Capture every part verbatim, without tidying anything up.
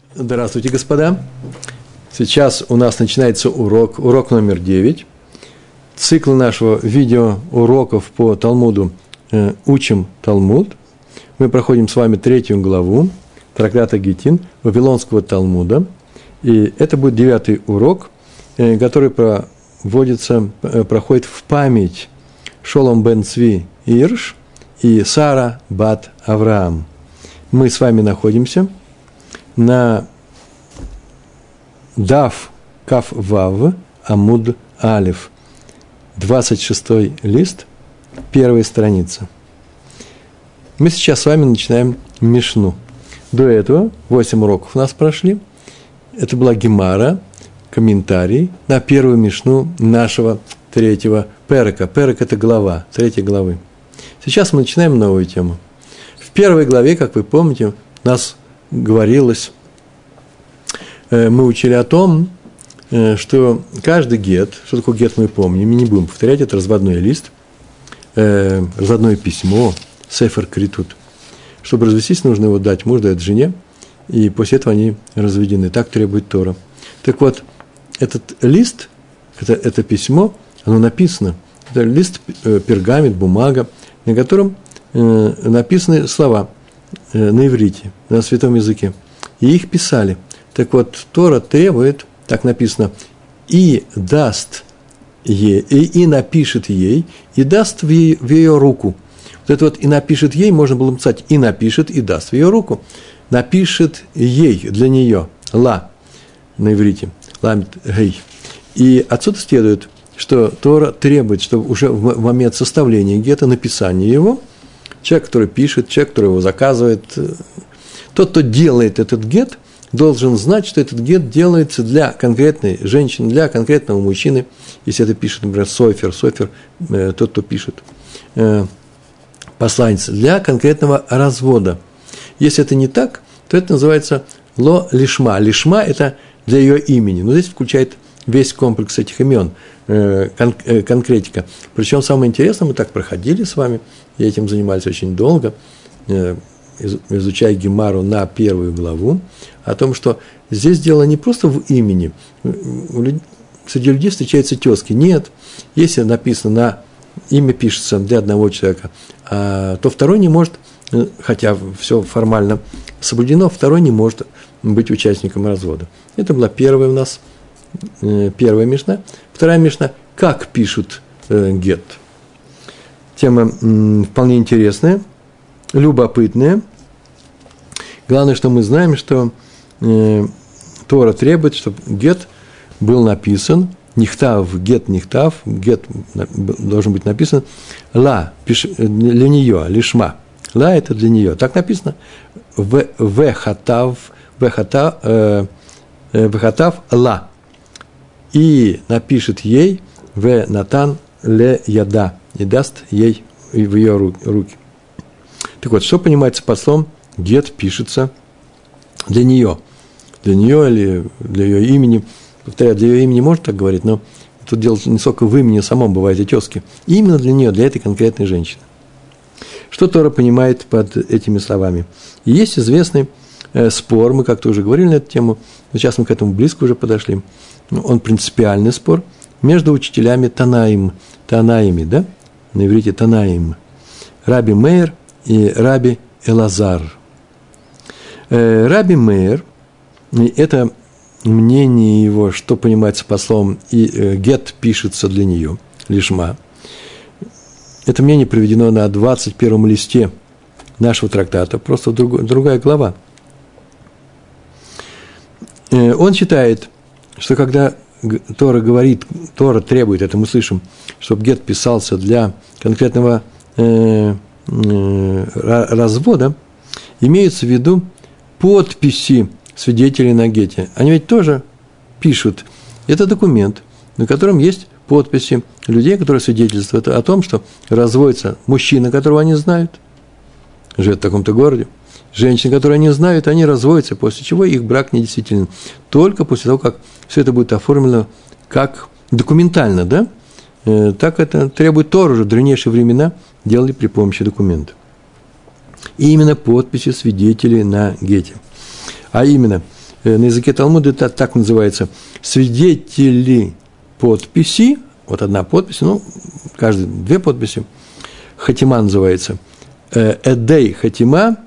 Здравствуйте, господа. Сейчас у нас начинается урок, урок номер девять. Цикл нашего видеоуроков по Талмуду э, «Учим Талмуд». Мы проходим с вами третью главу трактата Гитин Вавилонского Талмуда. И это будет девятый урок, э, который проводится, э, проходит в память Шолом бен Цви Ирш и Сара бат Авраам. Мы с вами находимся на Дав Кав Вав Амуд Алиф, двадцать шестой лист, первая страница. Мы сейчас с вами начинаем Мишну. До этого восемь уроков у нас прошли. Это была Гемара, комментарий на первую Мишну нашего третьего перека. Перек – это глава, третьей главы. Сейчас мы начинаем новую тему. В первой главе, как вы помните, у нас говорилось, мы учили о том, что каждый гет, что такое гет мы помним, мы не будем повторять, это разводной лист, разводное письмо, сефер критут. Чтобы развестись, нужно его дать мужу, дать жене, и после этого они разведены. Так требует Тора. Так вот, этот лист, это, это письмо, оно написано, это лист, пергамент, бумага, на котором написаны слова на иврите, на святом языке, и их писали. Так вот, Тора требует, так написано, и даст ей, и, и напишет ей, и даст в, ей, в ее руку. Вот это вот и напишет ей, можно было написать, и напишет, и даст в ее руку. Напишет ей, для нее, ла, на иврите, ламит гей. И отсюда следует, что Тора требует, чтобы уже в момент составления гета, написания его, человек, который пишет, человек, который его заказывает, тот, кто делает этот гет, должен знать, что этот гет делается для конкретной женщины, для конкретного мужчины. Если это пишет, например, софер, софер, э, тот, кто пишет, э, посланец, для конкретного развода. Если это не так, то это называется ло лишма. Лишма – это для ее имени. Но здесь включает весь комплекс этих имен, э, кон, э, конкретика. Причем самое интересное, мы так проходили с вами, и этим занимались очень долго, э, изучая Гемару на первую главу, о том, что здесь дело не просто в имени. Среди людей встречаются тезки. Нет, если написано на имя пишется для одного человека, а, то второй не может, хотя все формально соблюдено, второй не может быть участником развода. Это была первая у нас, первая мишна. Вторая мишна – как пишут э, гет. Тема м, вполне интересная, любопытная. Главное, что мы знаем, что э, Тора требует, чтобы гет был написан, нихтав, гет, нихтав, гет должен быть написан, ла, пиш, для нее, лишма, ла – это для нее. Так написано, в, вехатав, вехатав, э, вехатав, ла, и напишет ей, в натан ле яда, и даст ей в ее руки. Так вот, что понимается под словом гет пишется для нее, для нее или для ее имени. Повторяю, для ее имени можно так говорить, но тут дело не столько в имени самом, бывает и тезки. Именно для нее, для этой конкретной женщины. Что Тора понимает под этими словами? И есть известный э, спор, мы как-то уже говорили на эту тему, но сейчас мы к этому близко уже подошли. Он принципиальный спор между учителями Танаим, Танаими, да? На иврите Танаим. Раби Меир и Раби Элазар. Раби Меир, это мнение его, что понимается по словам, и гет пишется для нее, лишма. Это мнение приведено на двадцать первом листе нашего трактата, просто друг, другая глава. Он считает, что когда Тора говорит, Тора требует, это мы слышим, чтобы гет писался для конкретного э, э, развода, имеются в виду подписи свидетелей на гете. Они ведь тоже пишут. Это документ, на котором есть подписи людей, которые свидетельствуют о том, что разводится мужчина, которого они знают, живет в таком-то городе, женщины, которые они знают, они разводятся, после чего их брак недействителен. Только после того, как все это будет оформлено как документально, да? Э, так это требует Тора, уже в древнейшие времена делали при помощи документов. И именно подписи свидетелей на гете. А именно, на языке Талмуда это так называется, свидетели подписи, вот одна подпись, ну, каждый две подписи, хатима называется, эдей хатима,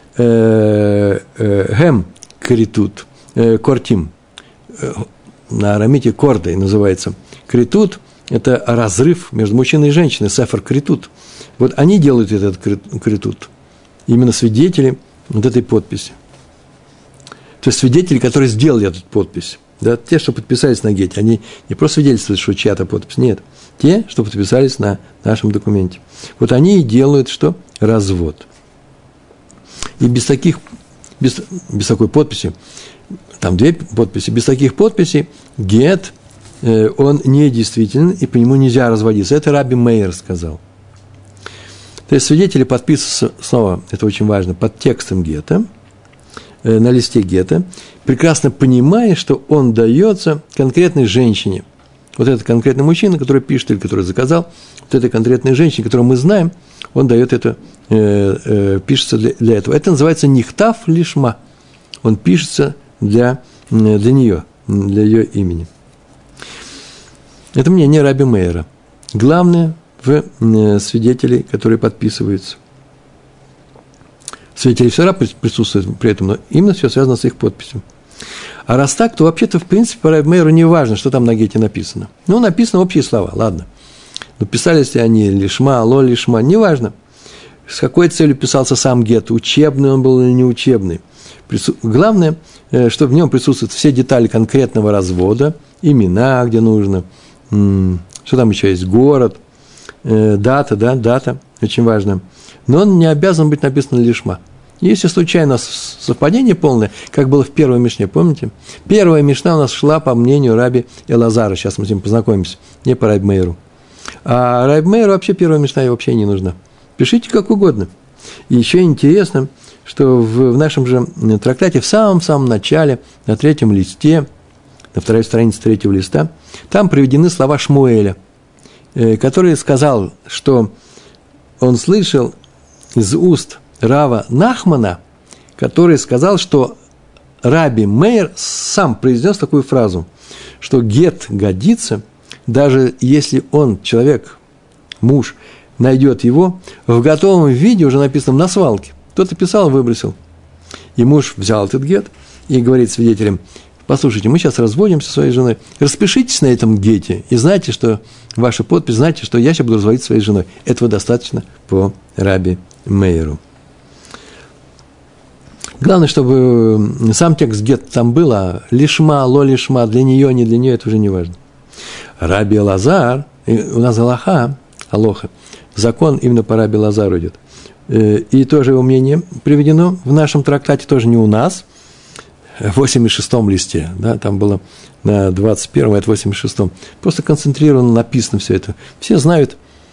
гэм критут, кортим, на арамите кордой называется, критут, это разрыв между мужчиной и женщиной, сефер критут, вот они делают этот критут, именно свидетели вот этой подписи. То есть свидетели, которые сделали эту подпись. Да, те, что подписались на гете, они не просто свидетельствуют, что чья-то подпись, нет. Те, что подписались на нашем документе. Вот они и делают что? Развод. И без таких, без, без такой подписи, там две подписи, без таких подписей гет, э, он недействителен, и по нему нельзя разводиться. Это Раби Мейер сказал. То есть свидетели подписываются, снова, это очень важно, под текстом гета, э, на листе гета, прекрасно понимая, что он дается конкретной женщине. Вот этот конкретный мужчина, который пишет или который заказал, вот этой конкретной женщине, которую мы знаем, он дает это, э, э, пишется для, для этого. Это называется нихтав лишма. Он пишется для, для нее, для ее имени. Это мнение Раби Мейера. Главное в э, свидетелей, которые подписываются. Свидетели всегда присутствуют при этом, но именно все связано с их подписью. А раз так, то вообще-то, в принципе, по Раби Мейеру не важно, что там на гете написано. Ну, написано общие слова, ладно. Но писались ли они лишма, ло лишма, неважно. С какой целью писался сам гет, учебный он был или не учебный. Главное, что в нем присутствуют все детали конкретного развода, имена, где нужно, что там еще есть, город, дата, да, дата, очень важно. Но он не обязан быть написан лишма. Если случайно совпадение полное, как было в первой мишне, помните? Первая мишна у нас шла по мнению Раби Элазара, сейчас мы с ним познакомимся, не по Раби Мейеру. А Раби Мейеру вообще первая мишна вообще не нужна. Пишите как угодно. И еще интересно, что в, в нашем же трактате в самом-самом начале, на третьем листе, на второй странице третьего листа, там приведены слова Шмуэля, который сказал, что он слышал из уст Рава Нахмана, который сказал, что Раби Мейер сам произнес такую фразу, что гет годится, даже если он, человек, муж, найдет его в готовом виде, уже написанном на свалке. Кто-то писал, выбросил. И муж взял этот гет и говорит свидетелям: послушайте, мы сейчас разводимся со своей женой, распишитесь на этом гете и знайте, что ваша подпись, знайте, что я сейчас буду разводиться со своей женой. Этого достаточно по Раби Мейеру. Главное, чтобы сам текст гет там был, а лишма, ло лишма, для нее, не для нее, это уже не важно. Раби Элазар, у нас алаха, алоха, закон именно по Раби Элазару идет. И тоже его мнение приведено в нашем трактате, тоже не у нас, в восемьдесят шестом листе, да, там было на двадцать первом, это в восемьдесят шестом. Просто концентрированно написано все это. Все знают.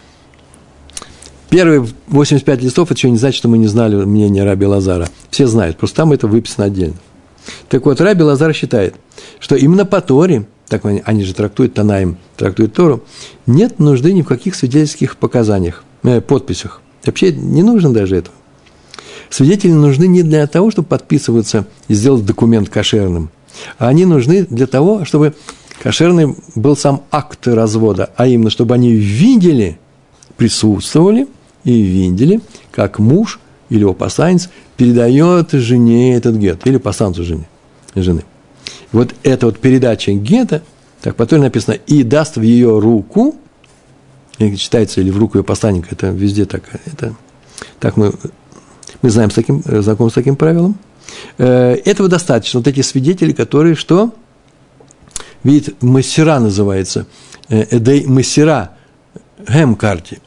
Первые восемьдесят пять листов, это еще не значит, что мы не знали мнение Раби Элазара. Все знают, просто там это выписано отдельно. Так вот, Раби Элазар считает, что именно по Торе, так они, они же трактуют Танаим, трактуют Тору, нет нужды ни в каких свидетельских показаниях, э, подписях. Вообще не нужно даже этого. Свидетели нужны не для того, чтобы подписываться и сделать документ кошерным, а они нужны для того, чтобы кошерный был сам акт развода, а именно, чтобы они видели, присутствовали и видели, как муж или его посланец передает жене этот гет, или посланцу жены. жены. Вот эта вот передача гета, так по Торе написано, и даст в ее руку, и читается, или в руку ее посланника, это везде так, это, так мы, мы знаем, с таким, знакомы с таким правилом. Этого достаточно, вот эти свидетели, которые что? Видит, масера называется, эдей масера, гэм-карти.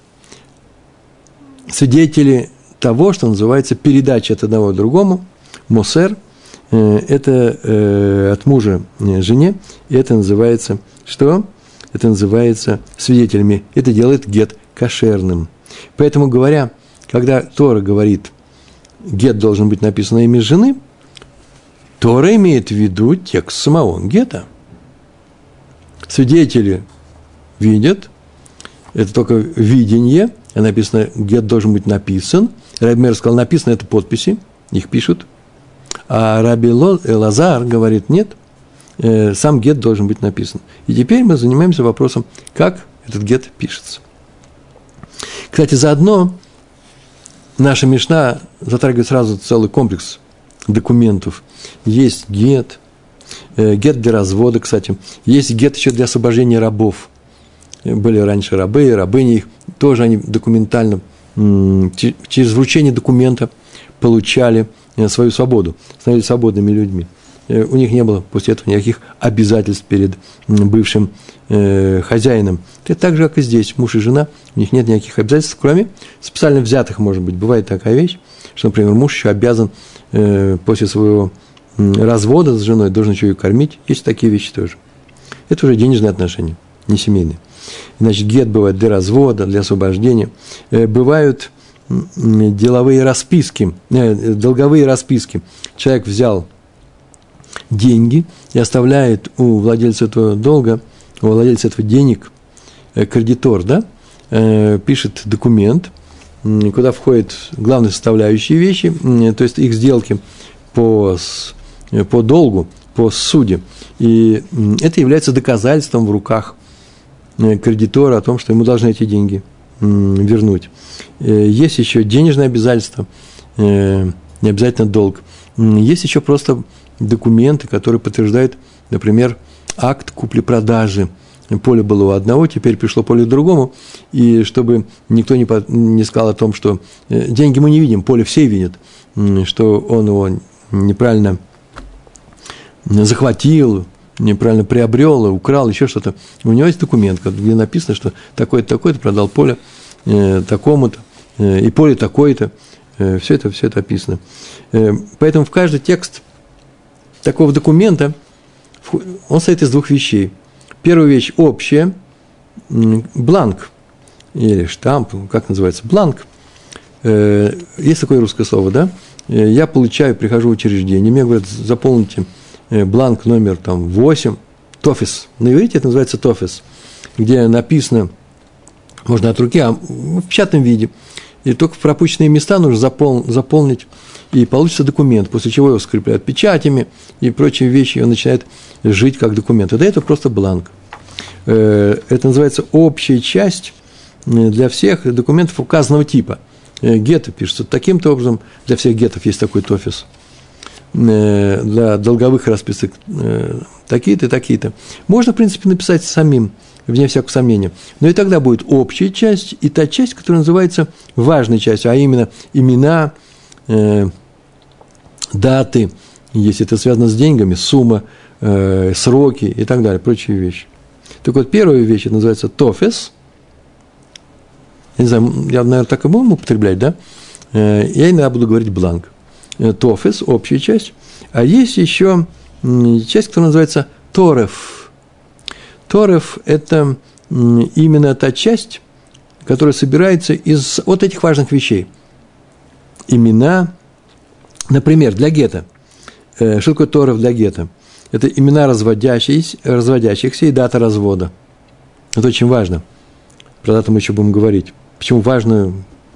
Свидетели того, что называется передача от одного к другому, мосер, это э, от мужа жене, и это называется что? Это называется свидетелями. Это делает гет кошерным. Поэтому, говоря, когда Тора говорит, гет должен быть написан на имя жены, Тора имеет в виду текст самого гета. Свидетели видят, это только видение, а написано, гет должен быть написан. Раби Мейер сказал, написано это подписи, их пишут. А Раби Элазар говорит, нет, сам гет должен быть написан. И теперь мы занимаемся вопросом, как этот гет пишется. Кстати, заодно наша Мишна затрагивает сразу целый комплекс документов. Есть гет, гет для развода, кстати. Есть гет еще для освобождения рабов. Были раньше рабы и рабыни, их тоже они документально, через вручение документа получали свою свободу, становились свободными людьми. У них не было после этого никаких обязательств перед бывшим э, хозяином. Это так же, как и здесь, муж и жена, у них нет никаких обязательств, кроме специально взятых, может быть. Бывает такая вещь, что, например, муж еще обязан э, после своего э, развода с женой, должен еще ее кормить. Есть такие вещи тоже. Это уже денежные отношения, не семейные. Значит, гет бывает для развода, для освобождения. Э, бывают э, деловые расписки, э, долговые расписки. Человек взял деньги и оставляет у владельца этого долга, у владельца этого денег, э, кредитор, да, э, пишет документ, э, куда входят главные составляющие вещи, э, то есть их сделки по, э, по долгу, по суде. И э, это является доказательством в руках э, кредитора о том, что ему должны эти деньги э, вернуть. Э, есть еще денежные обязательства, э, не обязательно долг. Э, есть еще просто документы, которые подтверждают, например, акт купли-продажи. Поле было у одного, теперь пришло поле к другому, и чтобы никто не, по, не сказал о том, что деньги мы не видим, поле все видят, что он его неправильно захватил, неправильно приобрел, украл, еще что-то. У него есть документ, где написано, что такой-то, такой-то продал поле э, такому-то, э, и поле такое-то. Э, все это, все это описано. Э, поэтому в каждый текст такого документа, он состоит из двух вещей. Первая вещь общая, бланк, или штамп, как называется, бланк. Есть такое русское слово, да? Я получаю, прихожу в учреждение, мне говорят, заполните бланк номер там, восемь, тофис. На иврите это называется тофис, где написано, можно от руки, а в печатном виде. И только в пропущенные места нужно запол, заполнить, и получится документ, после чего его скрепляют печатями и прочие вещи, и он начинает жить как документ. Это это просто бланк. Это называется общая часть для всех документов указанного типа. Геты пишутся таким-то образом, для всех гетов есть такой тофис. Для долговых расписок такие-то и такие-то. Можно, в принципе, написать самим, вне всякого сомнения. Но и тогда будет общая часть и та часть, которая называется важной частью, а именно имена, э, даты, если это связано с деньгами, сумма, э, сроки и так далее, прочие вещи. Так вот, первая вещь называется тофес. Я не знаю, я, наверное, так и буду употреблять, да? Э, я иногда буду говорить бланк. Э, тофес, общая часть. А есть еще часть, которая называется тореф. Тореф – это именно та часть, которая собирается из вот этих важных вещей. Имена, например, для гета. Что такое тореф для гета? Это имена разводящихся, разводящихся и дата развода. Это очень важно. Про дату мы еще будем говорить. Почему важно?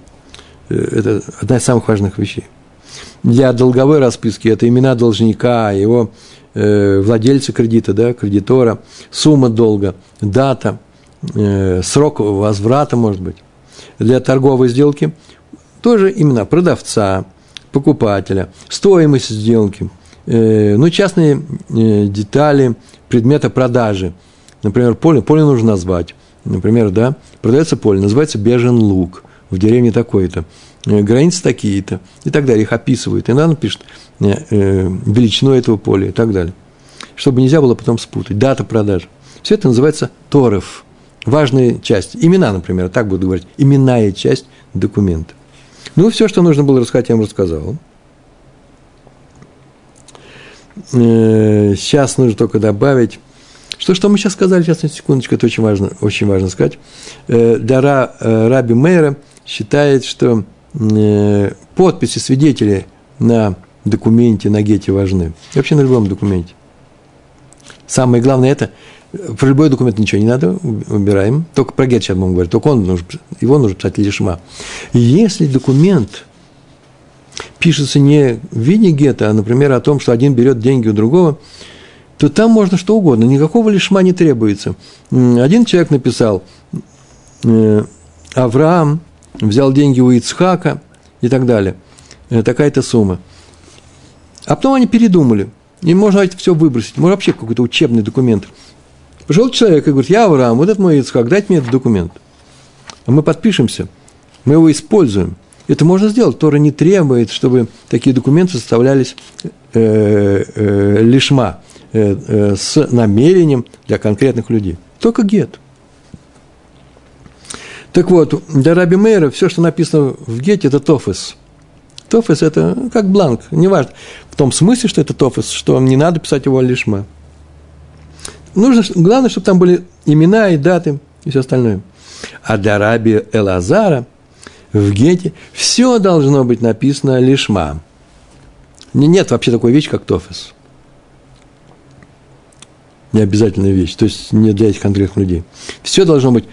Это одна из самых важных вещей. Для долговой расписки это имена должника, его э, владельца кредита, да, кредитора, сумма долга, дата, э, срок возврата, может быть. Для торговой сделки тоже имена продавца, покупателя, стоимость сделки, э, ну, частные э, детали предмета продажи. Например, поле, поле нужно назвать. Например, да, продается поле, называется Бежен луг, в деревне такой-то. Границы такие-то, и так далее, их описывают, и надо пишет э, э, величину этого поля и так далее, чтобы нельзя было потом спутать, дата продажи. Все это называется тореф, важная часть, имена, например, так буду говорить, именная часть документа. Ну, все, что нужно было рассказать, я вам рассказал. Э, сейчас нужно только добавить, что, что мы сейчас сказали, сейчас, на секундочку, это очень важно, очень важно сказать. Э, для Ра, э, Раби Мейра считает, что подписи свидетелей на документе, на гете важны. И вообще на любом документе. Самое главное это, про любой документ ничего не надо, убираем. Только про гет сейчас будем говорить, только он нужен, его нужно писать лишма. Если документ пишется не в виде гета, а, например, о том, что один берет деньги у другого, то там можно что угодно, никакого лишма не требуется. Один человек написал, Авраам взял деньги у Ицхака и так далее, такая-то сумма. А потом они передумали, и можно это все выбросить, можно вообще какой-то учебный документ. Пришел человек и говорит, я Авраам, вот это мой Ицхак, дайте мне этот документ. А мы подпишемся, мы его используем. Это можно сделать. Тора не требует, чтобы такие документы составлялись э, э, лишма, э, э, с намерением для конкретных людей. Только гет. Так вот, для Раби Мейра все, что написано в гете, это тофес. Тофес – это как бланк, неважно. В том смысле, что это тофес, что не надо писать его лишма. Нужно, главное, чтобы там были имена и даты и все остальное. А для Раби Элазара в гете все должно быть написано лишма. Нет вообще такой вещи, как тофес. Необязательная вещь, то есть не для этих конкретных людей. Все должно быть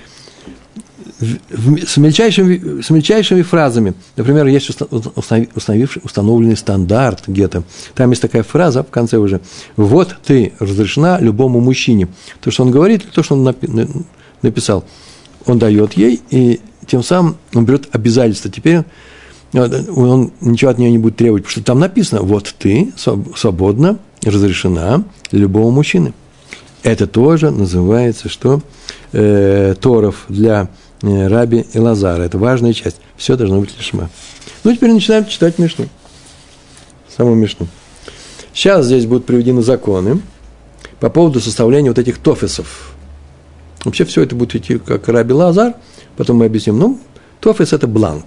с мельчайшими, с мельчайшими фразами. Например, есть установленный стандарт гета. Там есть такая фраза в конце уже. Вот ты разрешена любому мужчине. То, что он говорит, то, что он написал, он дает ей, и тем самым он берет обязательства. Теперь он ничего от нее не будет требовать, потому что там написано, вот ты свободно разрешена любому мужчине. Это тоже называется, что э, Торов для э, Раби Элазара. Это важная часть. Все должно быть лишма. Ну, теперь начинаем читать Мишну. Саму Мишну. Сейчас здесь будут приведены законы по поводу составления вот этих тофесов. Вообще все это будет идти как Раби Элазар. Потом мы объясним. Ну, тофес – это бланк.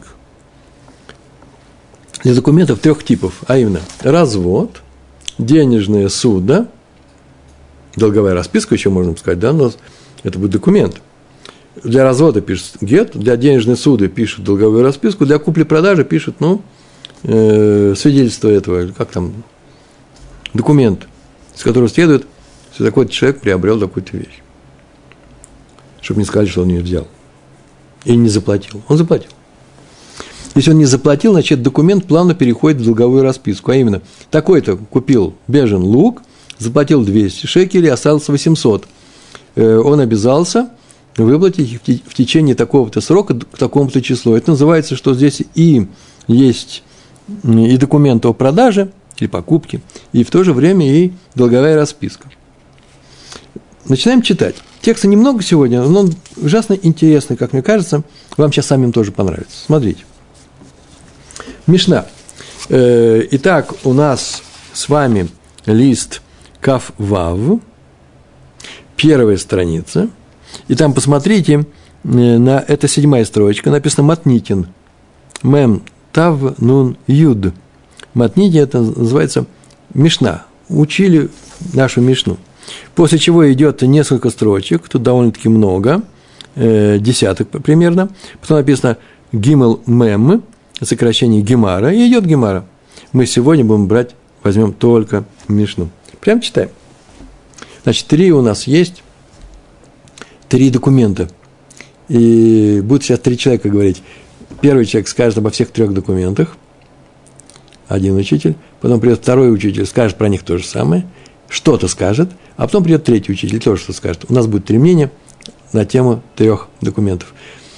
Для документов трех типов. А именно, развод, денежное судо, долговая расписка, еще можно сказать, да, но это будет документ. Для развода пишут гет, для денежной суды пишут долговую расписку, для купли-продажи пишут, ну, э, свидетельство этого, как там, документ, из которого следует, что такой-то человек приобрел такую-то вещь. Чтобы не сказали, что он ее взял. И не заплатил. Он заплатил. Если он не заплатил, значит, документ плавно переходит в долговую расписку. А именно, такой-то купил бежен лук, заплатил двести шекелей, осталось восемьсот. Он обязался выплатить их в течение такого-то срока к такому-то числу. Это называется, что здесь и есть и документ о продаже или покупке, и в то же время и долговая расписка. Начинаем читать. Текста немного сегодня, но он ужасно интересный, как мне кажется. Вам сейчас самим тоже понравится. Смотрите. Мишна. Итак, у нас с вами лист Кав Вав, первая страница, и там посмотрите, на, это седьмая строчка, написано Матнитин, Мем Тав Нун Юд. Матнитин, это называется Мишна, учили нашу Мишну. После чего идет несколько строчек, тут довольно-таки много, э, десяток примерно, потом написано Гимел Мем, сокращение Гемара, и идет Гемара. Мы сегодня будем брать, возьмем только Мишну. Прям читаем. Значит, три у нас есть, три документа. И будут сейчас три человека говорить. Первый человек скажет обо всех трех документах, один учитель, потом придет второй учитель, скажет про них то же самое, что-то скажет, а потом придет третий учитель, тоже что-то скажет. У нас будет три мнения на тему трех документов.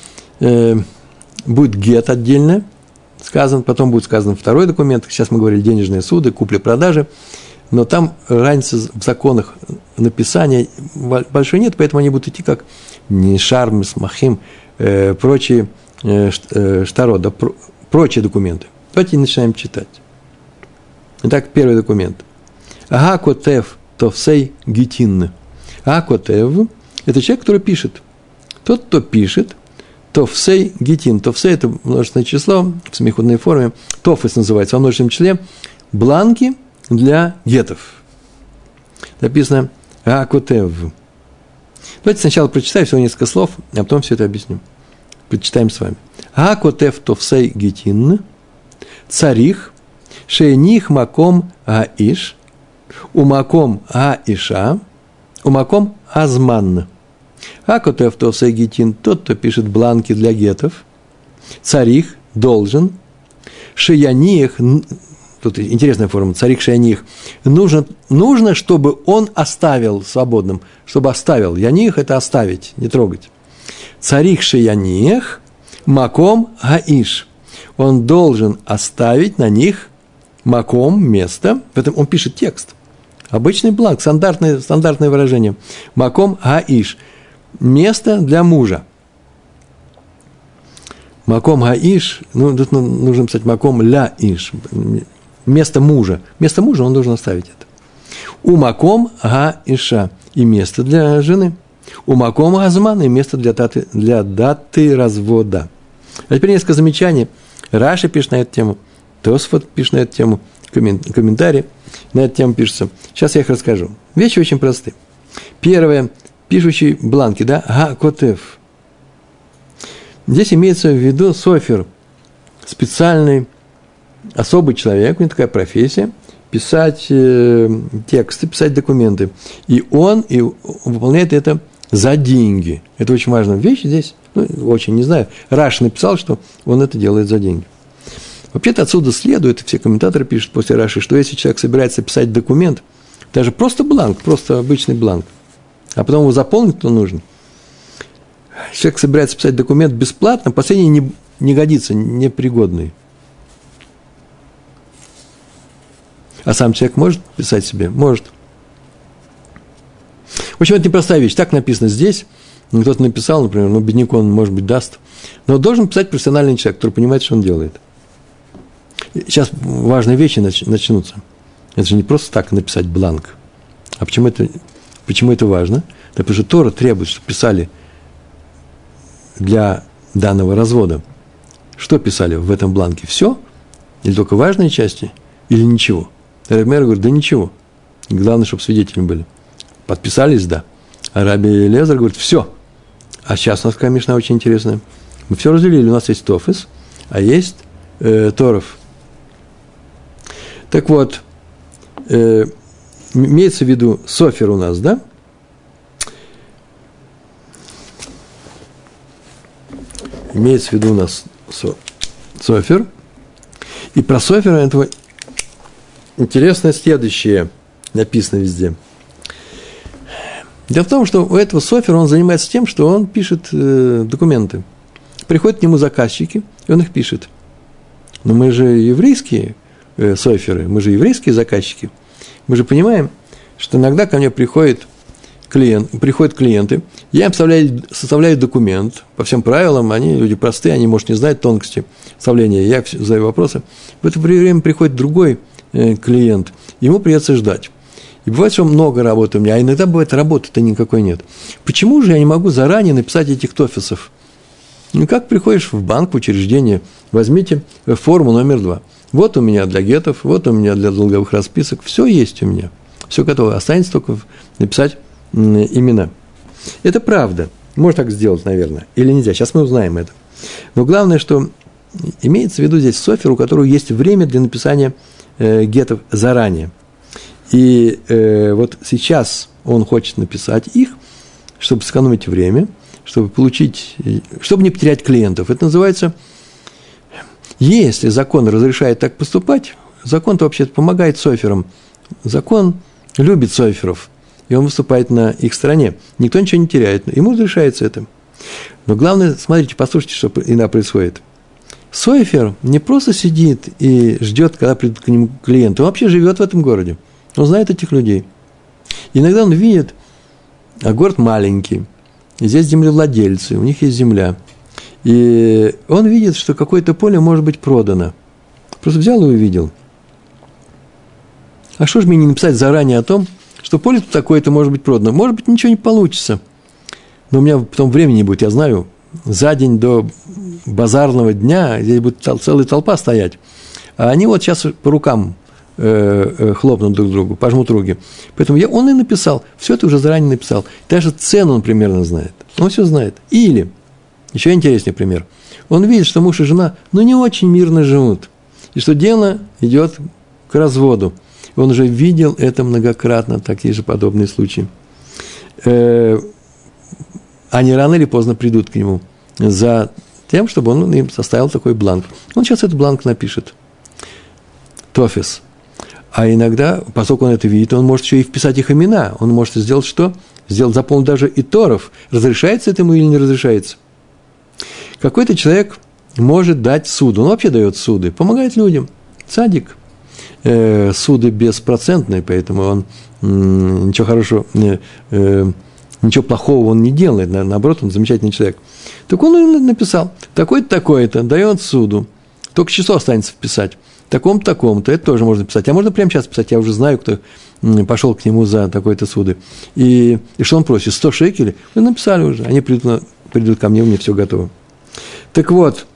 Будет гет отдельно сказан, потом будет сказан второй документ. Сейчас мы говорили денежные суды, купли-продажи. Но там разницы в законах написания большой нет, поэтому они будут идти как Нишар, Мисмахим, э, прочие э, штарот, да, про, прочие документы. Давайте начинаем читать. Итак, первый документ. Ага котев товсей гитин. Ага котев – это человек, который пишет. Тот, кто пишет, товсей гитин. Товсей – это множественное число в семиходной форме. Тофес называется, во множественном числе. Бланки для гетов. Написано «Акотев». Давайте сначала прочитаем всего несколько слов, а потом все это объясню. Прочитаем с вами. «Акотев товсей гитин, царих, шейних маком аиш, умаком аиша, умаком азман». «Акотев товсей гитин» – тот, кто пишет бланки для гетов, царих должен, шияних, тут интересная форма, царик шияних, нужно, нужно, чтобы он оставил свободным, чтобы оставил. Яних – это оставить, не трогать. Царик шияних, маком гаиш. Он должен оставить на них маком, место. В этом он пишет текст. Обычный бланк, стандартное, стандартное выражение. Маком гаиш. Место для мужа. Маком гаиш, ну, тут нужно писать маком ля иш. Место мужа. Место мужа он должен оставить это. У маком гаиша. И место для жены. У маком газмана. И место для даты, для даты развода. А теперь несколько замечаний. Раши пишет на эту тему. Тосфот пишет на эту тему. Комментарии на эту тему пишется. Сейчас я их расскажу. Вещи очень простые. Первое. Пишущий бланки, да? Га-котев. Здесь имеется в виду софер. Специальный, особый человек, у него такая профессия. Писать э, тексты, писать документы. И он и выполняет это за деньги. Это очень важная вещь здесь. Ну, очень, не знаю. Раши написал, что он это делает за деньги. Вообще-то отсюда следует, все комментаторы пишут после Раши, что если человек собирается писать документ, даже просто бланк, просто обычный бланк, а потом его заполнить, то нужно. Человек собирается писать документ бесплатно, последний не, не годится, непригодный. А сам человек может писать себе? Может. В общем, это непростая вещь. Так написано здесь. Кто-то написал, например, ну, бедняку он, может быть, даст. Но должен писать профессиональный человек, который понимает, что он делает. Сейчас важные вещи начнутся. Это же не просто так написать бланк. А почему это, почему это важно? Да потому что Тора требует, чтобы писали для данного развода. Что писали в этом бланке? Все? Или только важные части? Или ничего? Рабби Меир говорит, да ничего. Главное, чтобы свидетели были. Подписались, да. А Рабби Элиэзер говорит, все. А сейчас у нас какая мишна очень интересная. Мы все разделили. У нас есть тофес, а есть э, торов. Так вот, э, имеется в виду софер у нас, да? Имеется в виду у нас со, софер. И про софера этого интересное следующее написано везде. Дело в том, что у этого софера он занимается тем, что он пишет э, документы. Приходят к нему заказчики, и он их пишет. Но мы же еврейские э, соферы, мы же еврейские заказчики. Мы же понимаем, что иногда ко мне приходит клиент, приходят клиенты, я им составляю, составляю документ, по всем правилам, они люди простые, они, может, не знают тонкости составления, я задаю вопросы. В это время приходит другой э, клиент, ему придется ждать. И бывает, что много работы у меня, а иногда бывает, работы-то никакой нет. Почему же я не могу заранее написать этих тофисов? Ну, как приходишь в банк, в учреждение, возьмите форму номер два. Вот у меня для гетов, вот у меня для долговых расписок, все есть у меня, все готово. Останется только написать имена. Это правда. Можно так сделать, наверное, или нельзя. Сейчас мы узнаем это. Но главное, что имеется в виду здесь софер, у которого есть время для написания э, гетов заранее. И э, вот сейчас он хочет написать их, чтобы сэкономить время, чтобы получить, чтобы не потерять клиентов. Это называется, если закон разрешает так поступать, закон-то вообще помогает соферам. Закон любит соферов, и он выступает на их стороне. Никто ничего не теряет, ему разрешается это. Но главное, смотрите, послушайте, что иногда происходит. Софер не просто сидит и ждет, когда придут к нему клиенты, он вообще живет в этом городе. Он знает этих людей. И иногда он видит, а город маленький, и здесь землевладельцы, у них есть земля. И он видит, что какое-то поле может быть продано. Просто взял и увидел. А что же мне не написать заранее о том, что поле такое-то может быть продано? Может быть, ничего не получится. Но у меня потом времени не будет, я знаю, за день до базарного дня здесь будет целая толпа стоять. А они вот сейчас по рукам хлопнут друг другу, пожмут руки. Поэтому я, он и написал, все это уже заранее написал. Даже цену он примерно знает. Он все знает. Или, еще интереснее пример, он видит, что муж и жена, ну, не очень мирно живут. И что дело идет к разводу. Он уже видел это многократно, такие же подобные случаи. Они рано или поздно придут к нему за тем, чтобы он им составил такой бланк. Он сейчас этот бланк напишет. тофес. А иногда, поскольку он это видит, он может еще и вписать их имена. Он может сделать что? Сделать, заполнить даже и торов. Разрешается это ему или не разрешается? Какой-то человек может дать суду. Он вообще дает суды. Помогает людям. Цадик. Э, суды беспроцентные, поэтому он м, ничего хорошего, э, э, ничего плохого он не делает. Наоборот, он замечательный человек. Так он написал. Такой-то, такой-то. Дает суду. Только число останется вписать. Таком-то, таком-то. Это тоже можно писать. А можно прямо сейчас писать. Я уже знаю, кто пошел к нему за такой-то суды. И, и что он просит? сто шекелей? Вы написали уже. Они придут, придут ко мне, у меня все готово. Так вот,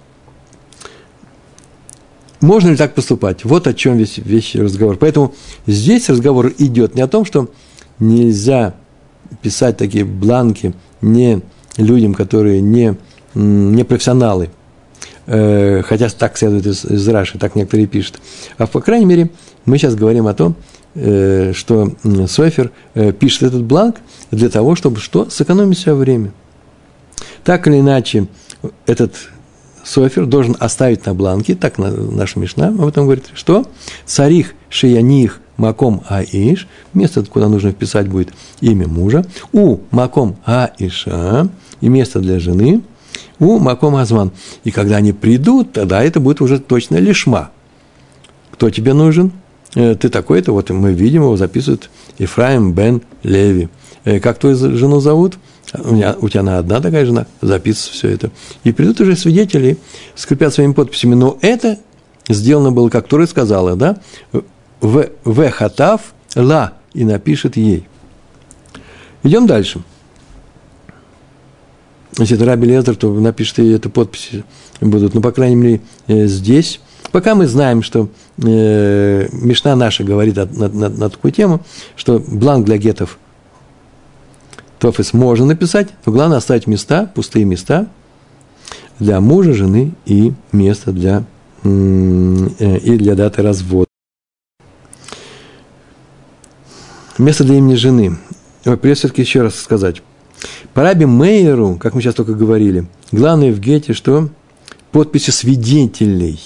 можно ли так поступать? Вот о чем весь, весь разговор. Поэтому здесь разговор идет не о том, что нельзя писать такие бланки не людям, которые не, не профессионалы, э, хотя так следует из, из Раши, так некоторые пишут. А по крайней мере, мы сейчас говорим о том, э, что Софер э, пишет этот бланк для того, чтобы что? Сэкономить свое время. Так или иначе, этот Софер должен оставить на бланке, так наша Мишна об этом говорит, что царих шияних маком аиш, место, куда нужно вписать будет имя мужа, у маком аиша, и место для жены, у маком азман. И когда они придут, тогда это будет уже точно лишма. Кто тебе нужен? Ты такой-то, вот мы видим, его записывают Ефраим бен Леви. Как твою жену зовут? У, меня, у тебя она одна такая жена, записывается все это. И придут уже свидетели, скрипят своими подписями. Но это сделано было, как Тора сказала, да? В, в хатав ла, и напишет ей. Идем дальше. Если это Раби Лезер, то напишет ей эту подписи будут. Ну, по крайней мере, здесь. Пока мы знаем, что э, Мишна наша говорит на, на, на такую тему, что бланк для гетов тофес можно написать, но главное оставить места, пустые места для мужа, жены и место для, э, и для даты развода. Место для имени жены. Прежде все-таки еще раз сказать. По Раби Мейеру, как мы сейчас только говорили, главное в гете, что подписи свидетелей.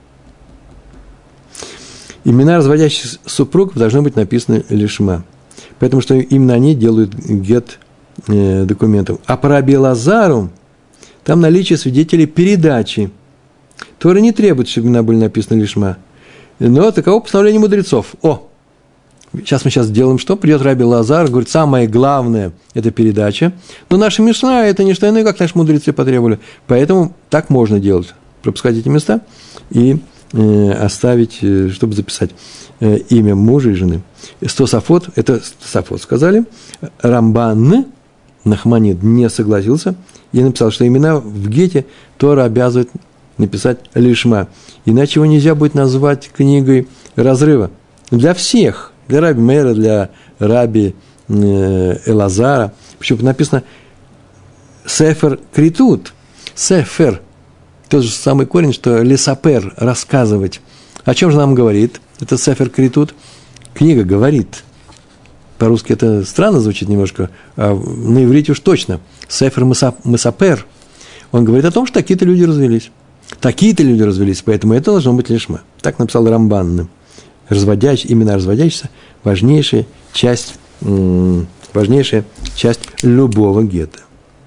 Имена разводящих супругов должны быть написаны лишма. Поэтому что именно они делают гет э, документов. А по Раби Лазару там наличие свидетелей передачи. Тора не требует, чтобы имена были написаны лишма. Но таково постановление мудрецов. О! Сейчас мы сейчас сделаем что? Придет Раби Лазар, говорит, самое главное – это передача. Но наша Мишна – это не что иное, как наши мудрецы потребовали. Поэтому так можно делать. Пропускать эти места и э, оставить, э, чтобы записать э, имя мужа и жены. Стосафот – это Стосафот сказали. Рамбан Нахманид не согласился и написал, что имена в гете Тора обязывает написать лишма. Иначе его нельзя будет назвать книгой разрыва. Для всех. Для Раби Мейра, для Раби э, Элазара. Почему написано Сефер Критут. Сефер. Тот же самый корень, что лесапер, рассказывать. О чем же нам говорит? Это Сефер Критут. Книга говорит. По-русски это странно звучит немножко, а на иврите уж точно. Сефер Месапер. Он говорит о том, что такие-то люди развелись. Такие-то люди развелись, поэтому это должно быть лишма. Так написал Рамбан. Разводящ, именно разводящийся, важнейшая часть, м- важнейшая часть любого гетто.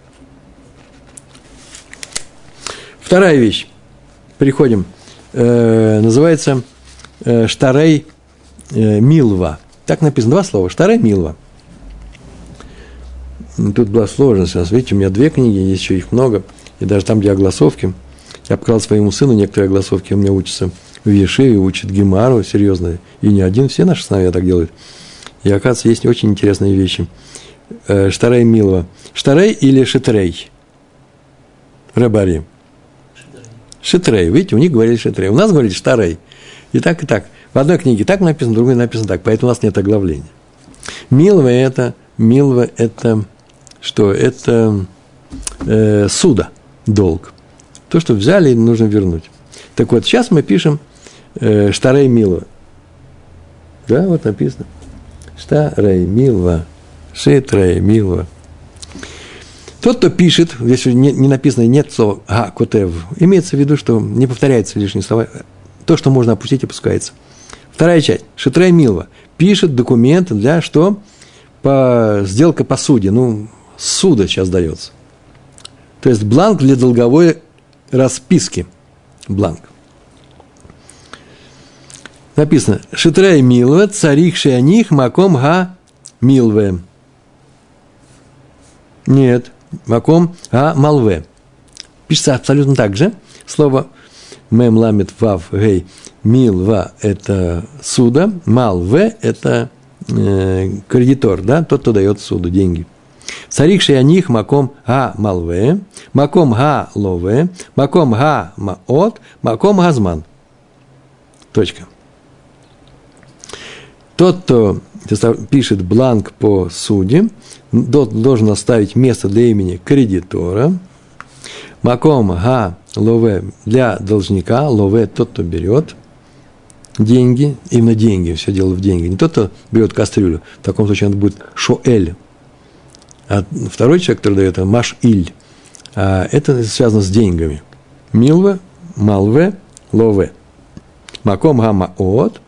Вторая вещь. Переходим. Э, называется э, штарей э, милва. Так написано два слова. Штарей милва. Тут была сложность. Видите, у меня две книги, есть еще их много. И даже там, где огласовки. Я показал своему сыну некоторые огласовки. Он у меня учится в Ешиве, учит Гемару, серьезно. И не один, все наши сыновья так делают. И, оказывается, есть очень интересные вещи. Э, штарей милва. Штарей или шитрей? Рабари. Шитрей. Видите, у них говорили шитрей. У нас говорили штарей. И так, и так. В одной книге так написано, в другой написано так. Поэтому у нас нет оглавления. Милва это, милва это что? Это э, суда, долг. То, что взяли, нужно вернуть. Так вот, сейчас мы пишем э, штарей милва. Да, вот написано. Штарей милва. Шитрей милва. Тот, кто пишет, здесь не, не написано, нет слова «га котев», имеется в виду, что не повторяются лишние слова. то, что можно опустить, опускается. Вторая часть. Шитрей Милва пишет документы для что? По, сделка по суде. Ну, суда сейчас дается. То есть бланк для долговой расписки. Бланк. Написано. Шитрей Милва, царих шианих, маком га милве. Нет. Маком га малве. Пишется абсолютно так же. Слово мем ламет вав гей милва – это суда, малве – это э, кредитор, да, тот, кто дает суду деньги. Царих шианих маком га малве, маком га лове, маком га маот, маком газман. Точка. Тот, кто пишет бланк по суде, должен оставить место для имени кредитора. Маком га лове для должника, лове тот, кто берет деньги, именно деньги, все дело в деньги. Не тот, кто берет кастрюлю, в таком случае он будет шоэль. А второй человек, который дает, это маш-иль. А это связано с деньгами. Милве, малве, лове. Маком га маот.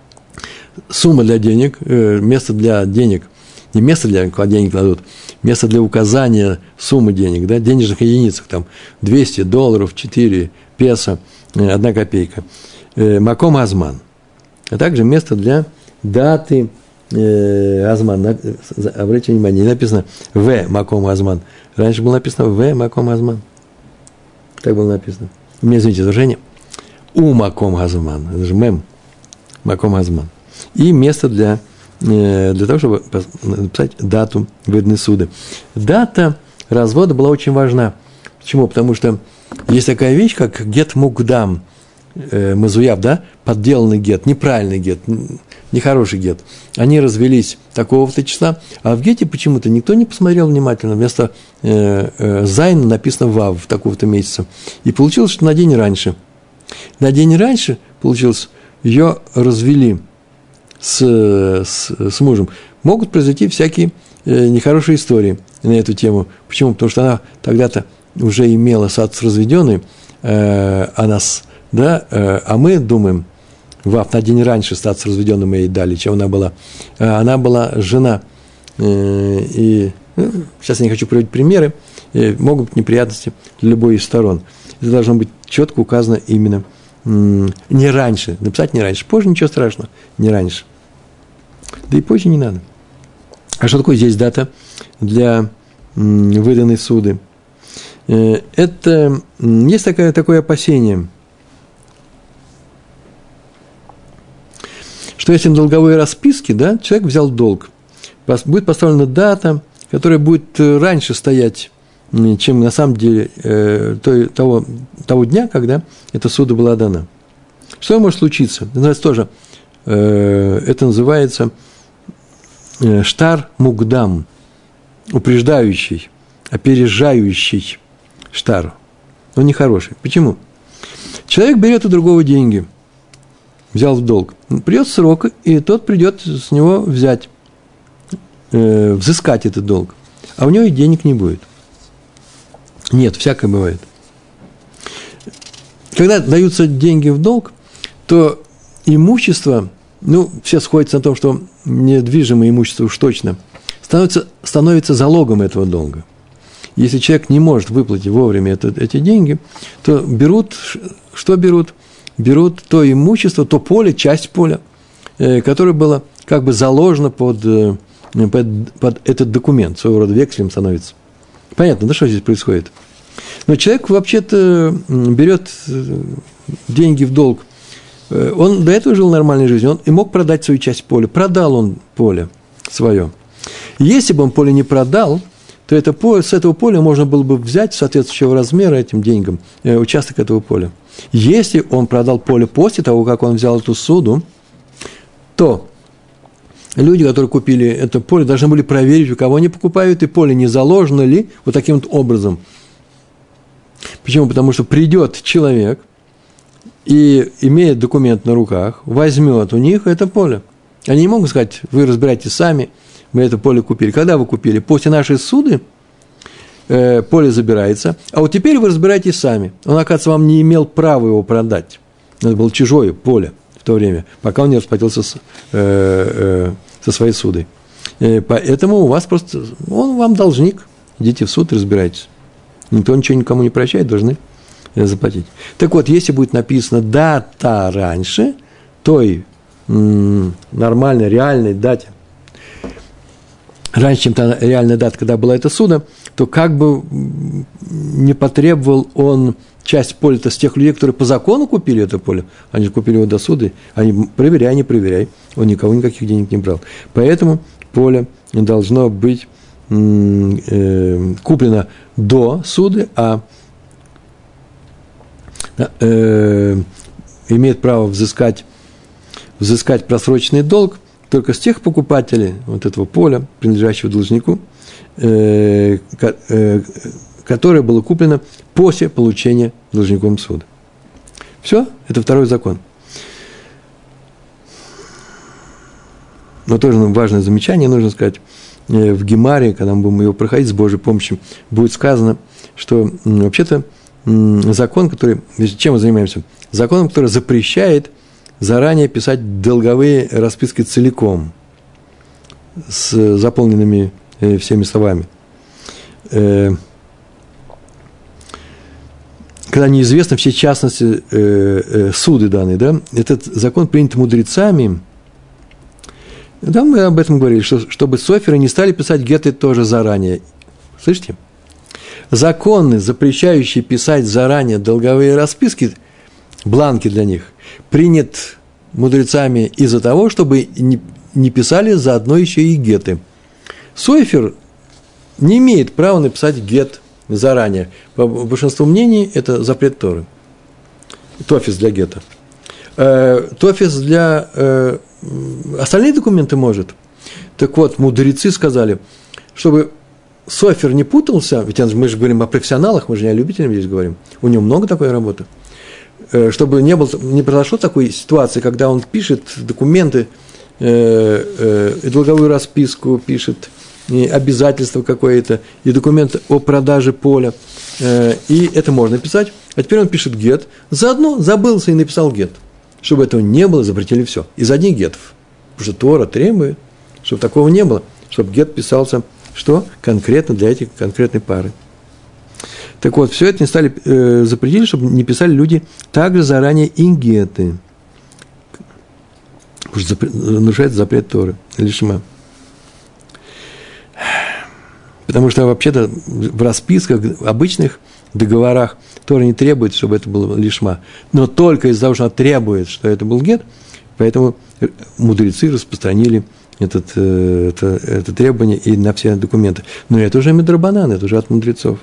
Сумма для денег, место для денег, не место для денег кладут, место для указания суммы денег, да, денежных единицах, там, двести долларов, четыре песо, одна копейка. Маком азман. А также место для даты э, азман. Обратите внимание, не написано В маком азман. Раньше было написано В маком азман. Так было написано. У меня, извините, выражение. У маком азман. Это же мем. Маком азман. И место для, для того, чтобы написать дату выданы суды. Дата развода была очень важна. Почему? Потому что есть такая вещь, как гет мукдам, э, мазуяб, да, подделанный гет, неправильный гет, нехороший гет. Они развелись такого-то числа, а в гете почему-то никто не посмотрел внимательно. Вместо э, э, зайна написано вав в такого-то месяца. И получилось, что на день раньше. На день раньше, получилось, ее развели с, с, с мужем. Могут произойти всякие э, нехорошие истории на эту тему. Почему? Потому что она тогда-то уже имела статус разведенный, э, а, нас, да, э, а мы думаем, вав, на день раньше статус разведенным ей дали, чем она была. Э, она была жена. Э, и ну, сейчас я не хочу приводить примеры. Э, могут быть неприятности для любой из сторон. Это должно быть четко указано именно не раньше, написать не раньше, позже ничего страшного, не раньше. Да и позже не надо. А что такое здесь дата для выданной суды? Это, есть такое, такое опасение, что если на долговой расписке, да, человек взял долг, будет поставлена дата, которая будет раньше стоять, чем на самом деле э, того, того дня, когда эта суда была дана. Что может случиться? Это называется тоже, э, это называется э, штар мукдам, упреждающий, опережающий штар. Он нехороший. Почему? Человек берет у другого деньги, взял в долг. Придет срок, и тот придет с него взять, э, взыскать этот долг. А у него и денег не будет. Нет, всякое бывает. Когда даются деньги в долг, то имущество, ну, все сходятся на том, что недвижимое имущество уж точно, становится, становится залогом этого долга. Если человек не может выплатить вовремя это, эти деньги, то берут, что берут? Берут то имущество, то поле, часть поля, э, которое было как бы заложено под, э, под, под этот документ, своего рода векселем становится. Понятно, да, что здесь происходит? Но человек вообще-то берет деньги в долг. Он до этого жил нормальной жизнью, он и мог продать свою часть поля. Продал он поле свое. Если бы он поле не продал, то это поле, с этого поля можно было бы взять соответствующего размера этим деньгам участок этого поля. Если он продал поле после того, как он взял эту суду, то люди, которые купили это поле, должны были проверить, у кого они покупают, и поле не заложено ли вот таким вот образом. Почему? Потому что придет человек и имеет документ на руках, возьмет у них это поле. Они не могут сказать, вы разбирайтесь сами, мы это поле купили. Когда вы купили? После нашей суды э, поле забирается, а вот теперь вы разбирайтесь сами. Он, оказывается, вам не имел права его продать. Это было чужое поле в то время, пока он не расплатился с, э, э, со своей судой. Э, поэтому у вас просто, он вам должник. Идите в суд, разбирайтесь. Никто ничего никому не прощает, должны заплатить. Так вот, если будет написано дата раньше той м- нормальной, реальной дате, раньше, чем та реальная дата, когда была эта суда, то как бы не потребовал он часть поля-то с тех людей, которые по закону купили это поле, они же купили его до суды, они проверяй, не проверяй, он никого никаких денег не брал. Поэтому поле должно быть м- э- куплено до суды, а э- имеет право взыскать, взыскать просроченный долг только с тех покупателей вот этого поля, принадлежащего должнику, э, э, которое было куплено после получения должником суда. Все, это второй закон. Но тоже важное замечание нужно сказать. В Гемаре, когда мы будем его проходить с Божьей помощью, будет сказано, что вообще-то закон, который, чем мы занимаемся? Законом, который запрещает заранее писать долговые расписки целиком, с заполненными э, всеми словами. Э, когда неизвестны все частности э, э, суды данные, да, этот закон принят мудрецами. Да, мы об этом говорили, что, чтобы соферы не стали писать геты тоже заранее. Слышите? Законы, запрещающие писать заранее долговые расписки, бланки для них, принят мудрецами из-за того, чтобы не, не писали заодно еще и геты. Софер не имеет права написать гет заранее. По большинству мнений это запрет Торы. Тофис для гета. Э, тофис для э, остальные документы может. Так вот, мудрецы сказали, чтобы софер не путался, ведь мы же говорим о профессионалах, мы же не о любителях здесь говорим, у него много такой работы. Чтобы не, было, не произошло такой ситуации, когда он пишет документы, э, э, и долговую расписку пишет, и обязательство какое-то, и документ о продаже поля, э, и это можно писать, а теперь он пишет гет, заодно забылся и написал гет. Чтобы этого не было, запретили все, из одних гетов, потому что Тора требует, чтобы такого не было, чтобы гет писался, что конкретно для этих конкретной пары. Так вот, все это не стали э, запретили, чтобы не писали люди также заранее и геты. Потому что запрет, нарушается запрет Торы, лишма. Потому что вообще-то в расписках, в обычных договорах Тора не требует, чтобы это было лишма. Но только из-за того, что она требует, что это был гет, поэтому мудрецы распространили этот, э, это, это требование и на все документы. Но это уже мидрабанан, это уже от мудрецов.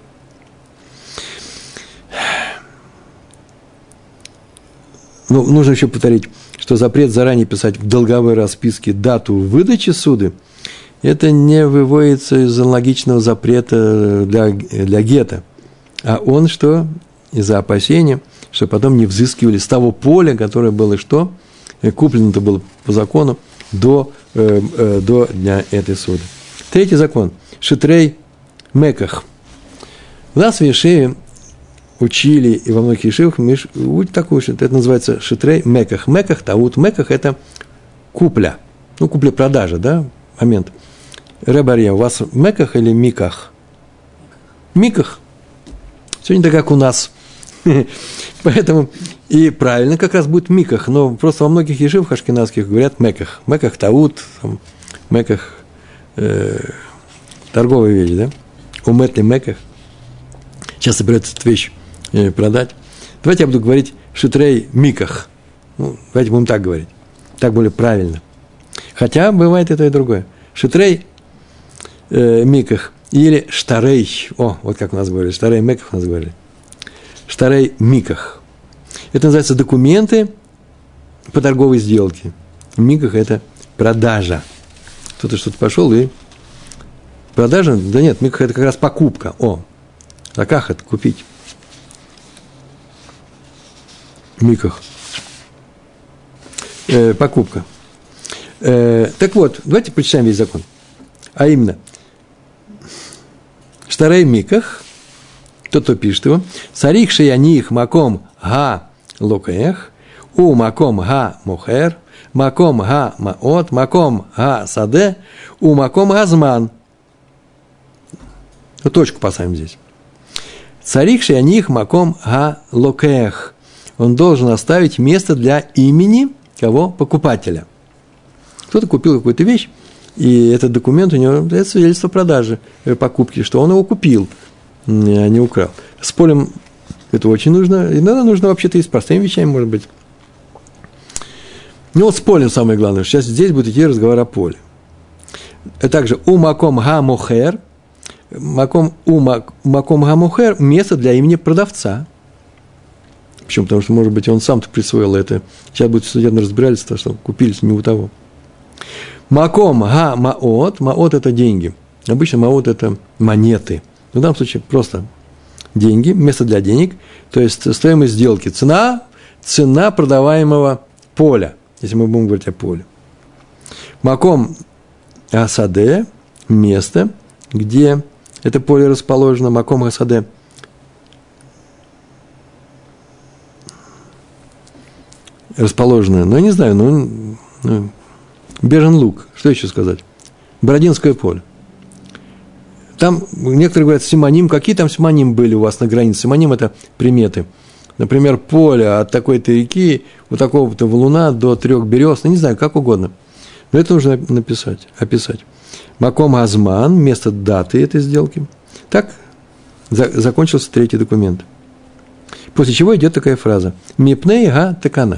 Ну, нужно еще повторить, что запрет заранее писать в долговой расписке дату выдачи суды, это не выводится из аналогичного запрета для, для гета. А он что? Из-за опасения, что потом не взыскивали с того поля, которое было что? Куплено-то было по закону до, э, э, до дня этой суды. Третий закон. Шитрей меках. У нас в Ешиве учили, и во многих ешивах учат такую, что это называется шитрей меках. Меках, таут меках – это купля. Ну, купля-продажа, да, момент. Ребарья, у вас меках или миках? Миках. Все не так, как у нас. Поэтому и правильно как раз будет миках, но просто во многих ешивах ашкеназских говорят меках. Меках, таут, меках, э, торговая вещь, да? Уметный меках. Сейчас собирается эту вещь э, продать. Давайте я буду говорить шитрей миках. Ну, давайте будем так говорить. Так более правильно. Хотя бывает это и другое. Шитрей э, миках или штарей. О, вот как у нас говорили. Штарей меках у нас говорили. Штарей миках. Это называется документы по торговой сделке. Миках – это продажа. Кто-то что-то пошел и продажа? Да нет, миках – это как раз покупка. О, таках это купить. Миках. Э, покупка. Э, так вот, давайте прочитаем весь закон. А именно, штарей миках, тот, кто пишет его, царих шеяних маком га локех, у маком га мохер, маком га маот, маком га саде, у маком га зман. Вот точку поставим здесь. Царих шеяних маком га локех. Он должен оставить место для имени кого? Покупателя. Кто-то купил какую-то вещь, и этот документ у него, это свидетельство продажи, покупки, что он его купил, а не украл. С полем это очень нужно. Иногда нужно вообще-то и с простыми вещами, может быть. Ну вот с полем самое главное. Сейчас здесь будет идти разговор о поле. А также у маком га мохер, маком, у маком га мохер, место для имени продавца. Почему? Потому что, может быть, он сам-то присвоил это. Сейчас будет судебное разбирательство, что купили не у того. Маком га маот. Маот – это деньги. Обычно маот – это монеты. В данном случае просто деньги, место для денег, то есть стоимость сделки. Цена, цена продаваемого поля, если мы будем говорить о поле. Маком асаде – место, где это поле расположено. Маком асаде – расположено, ну, я не знаю, ну, ну Бежен луг, что еще сказать? Бородинское поле. Там некоторые говорят симоним. Какие там симоним были у вас на границе? Симоним – это приметы. Например, поле от такой-то реки, вот такого-то валуна до трех берез, ну, не знаю, как угодно. Но это нужно написать, описать. Маком азман – место даты этой сделки. Так за, закончился третий документ. После чего идет такая фраза. Мипней га такана.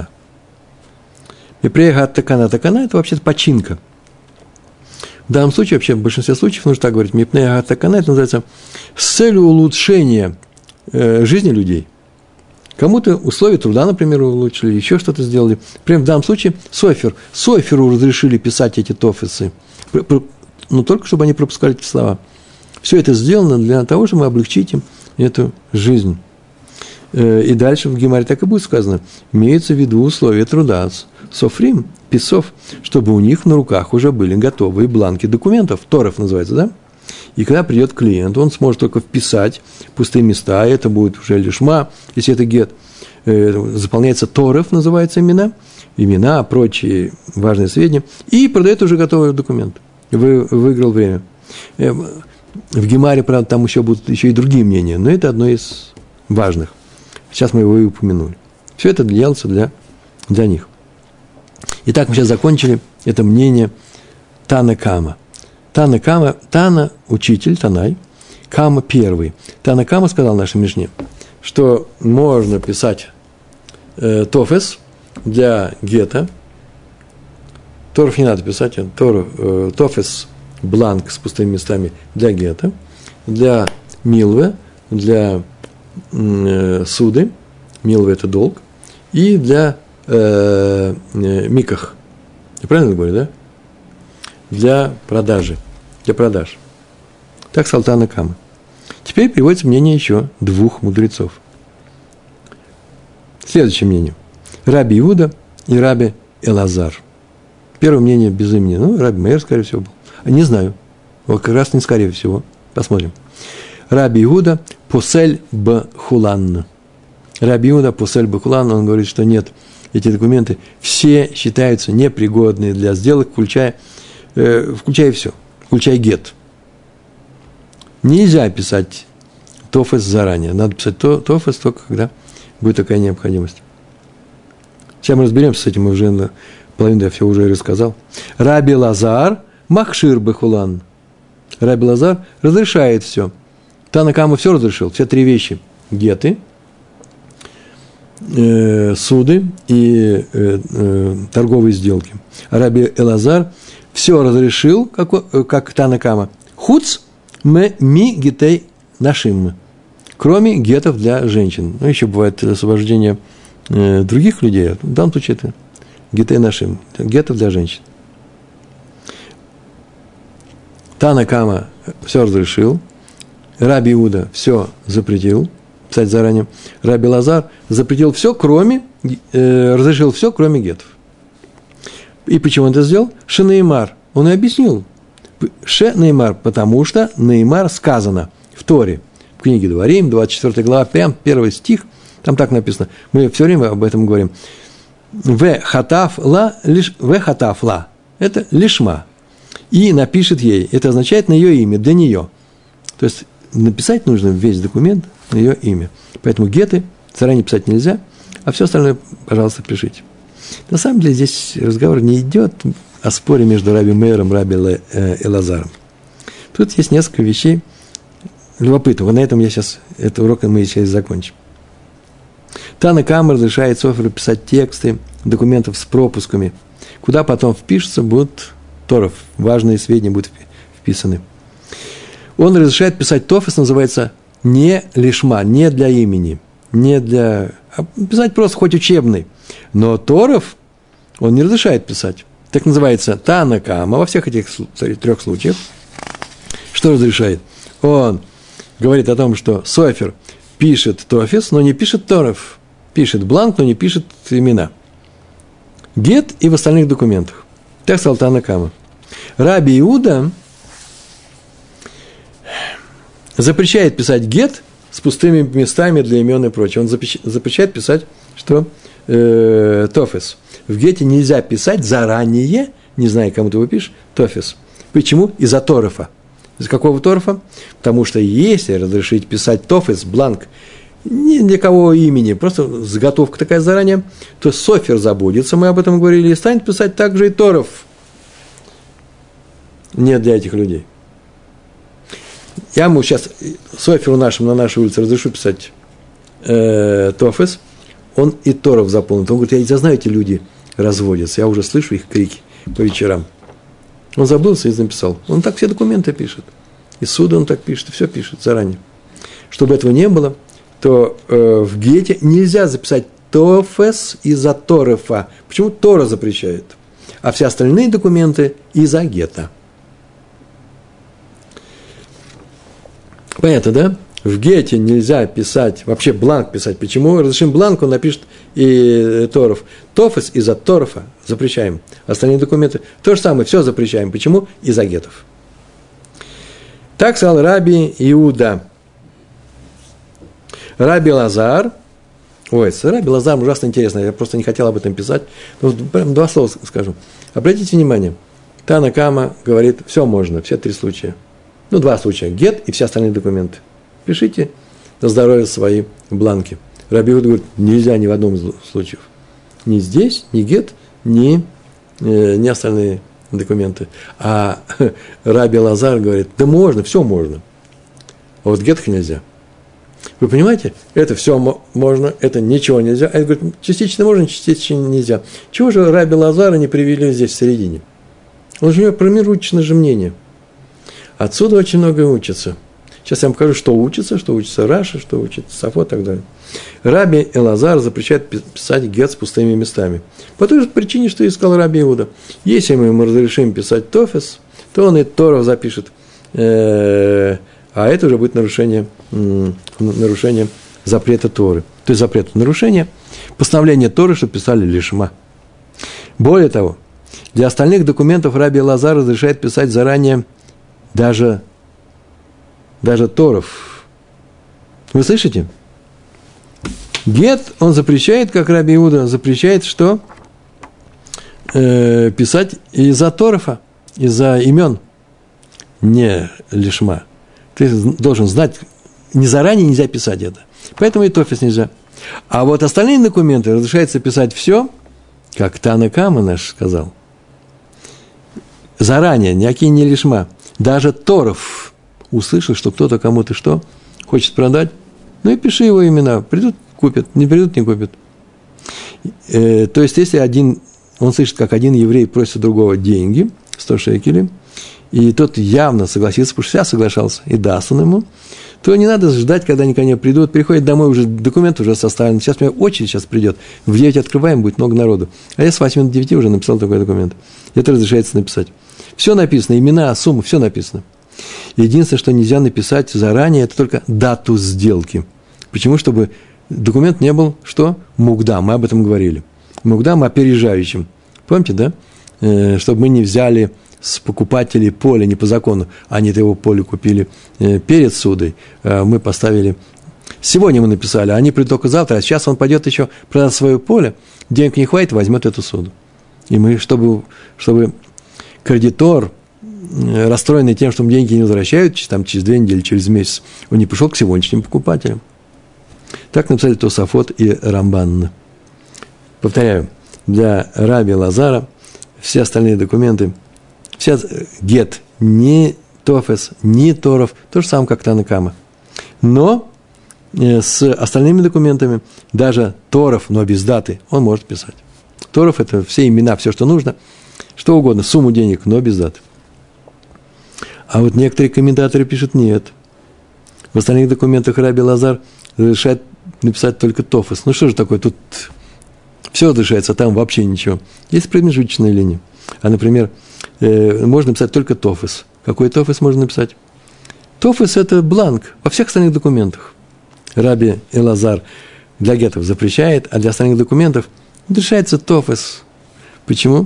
Мипней га такана. Такана – это вообще-то починка. В данном случае, вообще, в большинстве случаев нужно так говорить. Мипней га такана – это называется с целью улучшения э, жизни людей. Кому-то условия труда, например, улучшили, еще что-то сделали. Прямо в данном случае Софер. Соферу разрешили писать эти тофесы. Но только чтобы они пропускали эти слова. Все это сделано для того, чтобы облегчить им эту жизнь. И дальше в Гемаре так и будет сказано. Имеется в виду условия труда. Софрим, писцов, чтобы у них на руках уже были готовые бланки документов. Торов называется, да? И когда придет клиент, он сможет только вписать пустые места, и это будет уже лишма, если это гет. Заполняется торов, называется имена, имена, прочие важные сведения, и продает уже готовый документ. Вы, выиграл время. В Гемаре, правда, там еще будут еще и другие мнения, но это одно из важных. Сейчас мы его и упомянули. Все это делается для, для них. Итак, мы сейчас закончили это мнение Тана Кама. Тана Кама, Тана – учитель, Танай, Кама – первый. Тана Кама сказал в нашей Мишне, что можно писать э, тофес для гета. Торов не надо писать, тор, э, тофес – бланк с пустыми местами для гета, для милвы, для э, суды, милвы – это долг, и для э, э, миках. Я правильно говорю, да? Для продажи, для продаж. Так сказал Тана Кама. Теперь приводится мнение еще двух мудрецов. Следующее мнение. Раби Иуда и Раби Элазар. Первое мнение без имени. Ну, Раби Меир, скорее всего, был. Не знаю. Вот как раз не скорее всего. Посмотрим. Раби Иуда посель б-хулан. Раби Иуда посель б-хулан, он говорит, что нет, эти документы все считаются непригодные для сделок, включая включая все, включая гет. Нельзя писать тофес заранее. Надо писать тофес только когда будет такая необходимость. Сейчас мы разберемся с этим, мы уже половину я все уже рассказал. Раби Лазар махшир бехулан. Раби Лазар разрешает все. Тана Кама все разрешил, все три вещи. Геты, э, суды и э, э, торговые сделки. А Раби Элазар все разрешил, как, как Тана Кама. Хуц ме ми гетей нашим. Кроме гетов для женщин. Ну, еще бывает освобождение э, других людей. В данном случае это гетей нашим. Гетов для женщин. Тана Кама все разрешил. Раби Иуда все запретил. Писать заранее. Раби Лазар запретил все, кроме, э, разрешил все, кроме гетов. И почему он это сделал? Ше Неймар. Он и объяснил. Ше Неймар, потому что Неймар сказано в Торе, в книге Дворим, двадцать четвёртая глава, прям первый стих, там так написано. Мы все время об этом говорим. В хатаф ла, лиш, в хатаф ла. Это лишма. И напишет ей. Это означает на ее имя, для нее. То есть написать нужно весь документ на ее имя. Поэтому геты заранее писать нельзя, а все остальное, пожалуйста, пишите. На самом деле здесь разговор не идет о споре между Раби Меиром и Раби Элазаром. Тут есть несколько вещей любопытных. На этом я сейчас, этот урок мы сейчас закончим. Тана Кама разрешает Соферу писать тексты документов с пропусками, куда потом впишутся будут торов, важные сведения будут вписаны. Он разрешает писать тофес, называется не лишма, не для имени, не для... А писать просто хоть учебный. Но торов он не разрешает писать. Так называется Тана Кама во всех этих трех случаях. Что разрешает? Он говорит о том, что Софер пишет тофес, но не пишет торов. Пишет бланк, но не пишет имена. Гет и в остальных документах. Так сказал Тана Кама. Раби Иуда запрещает писать гет с пустыми местами для имен и прочее. Он запрещает писать, что э, тофес. В гете нельзя писать заранее, не знаю, кому ты его пишешь, тофес. Почему? Из-за торфа. Из какого торфа? Потому что если разрешить писать тофес, бланк, ни для кого имени, просто заготовка такая заранее, то Софер забудется, мы об этом говорили, и станет писать также и торов. Нет для этих людей. Я ему сейчас, Соферу нашему на нашей улице разрешу писать э, тофес, он и торов заполнит. Он говорит, я, я знаю, эти люди разводятся, я уже слышу их крики по вечерам. Он забылся и написал. Он так все документы пишет. И суда он так пишет, и все пишет заранее. Чтобы этого не было, то э, в гете нельзя записать тофес из-за торефа. Почему Тора запрещает? А все остальные документы из-за гета. Понятно, да? В гете нельзя писать, вообще бланк писать. Почему? Разрешим бланк, он напишет и торов. Тофес из-за торфа запрещаем. Остальные документы то же самое, все запрещаем. Почему? Из-за гетов. Так сказал Раби Иуда. Раби Лазар. Ой, с Раби Лазаром ужасно интересно, я просто не хотел об этом писать. Но прям два слова скажу. Обратите внимание, Тана Кама говорит, все можно, все три случая. Ну, два случая. Гет и все остальные документы. Пишите на здоровье свои бланки. Раби Иуда говорит, нельзя ни в одном из случаев. Ни здесь, ни гет, ни, э, ни остальные документы. А Раби Лазар говорит, да можно, все можно. А вот гетах нельзя. Вы понимаете? Это все можно, это ничего нельзя. А это говорит, частично можно, частично нельзя. Чего же Раби Лазара не привели здесь в середине? Он же у него промежуточное же мнение. Отсюда очень многое учится. Сейчас я вам покажу, что учится, что учится Раша, что учится Сафо и так далее. Раби Элазар запрещает писать гет с пустыми местами. По той же причине, что и сказал Раби Иуда. Если мы ему разрешим писать тофес, то он и торов запишет. А это уже будет нарушение, нарушение запрета Торы. То есть запрет нарушения, постановление Торы, что писали лишма. Более того, для остальных документов Раби Элазар разрешает писать заранее даже, даже торов. Вы слышите? Гет он запрещает, как Раби Иуда, запрещает что? Э, писать из-за торфа, из-за имен, не лишма. Ты должен знать, не заранее нельзя писать это. Поэтому и тофес нельзя. А вот остальные документы разрешается писать все, как Тана Кама наш сказал. Заранее, никакие не лишма. Даже торов услышал, что кто-то кому-то что хочет продать, ну и пиши его имена. Придут, купят, не придут, не купят. Э, то есть, если один, он слышит, как один еврей просит другого деньги, сто шекелей, и тот явно согласится, потому что я соглашался, и даст он ему, то не надо ждать, когда они ко мне придут, приходят домой, уже документ уже составлен, сейчас у меня очередь сейчас придет, в девять открываем, будет много народу, а я с восьми до девяти уже написал такой документ, это разрешается написать. Все написано, имена, суммы, все написано. Единственное, что нельзя написать заранее, это только дату сделки. Почему? Чтобы документ не был, что? Мукдам, мы об этом говорили. Мукдам опережающим. Помните, да? Э, чтобы мы не взяли с покупателей поле не по закону, они-то его поле купили э, перед судой, э, мы поставили... Сегодня мы написали, они придут только завтра, а сейчас он пойдет еще продаст свое поле, денег не хватит, возьмет эту суду. И мы, чтобы, чтобы кредитор, расстроенный тем, что ему деньги не возвращают, там, через две недели, через месяц, он не пришел к сегодняшним покупателям. Так написали Тосафот и Рамбан. Повторяю, для Раби Лазара все остальные документы, вся гет, ни тофес, ни торов, то же самое, как Тана Кама. Но с остальными документами, даже торов, но без даты, он может писать. Торов – это все имена, все, что нужно, что угодно, сумму денег, но без даты. А вот некоторые комментаторы пишут нет. В остальных документах Раби Лазар разрешает написать только тофес. Ну что же такое, тут все разрешается, а там вообще ничего. Есть промежуточная линия. А, например, э, можно написать только тофес. Какой тофес можно написать? Тофес – это бланк во всех остальных документах. Раби Элазар для гетов запрещает, а для остальных документов разрешается тофес. Почему?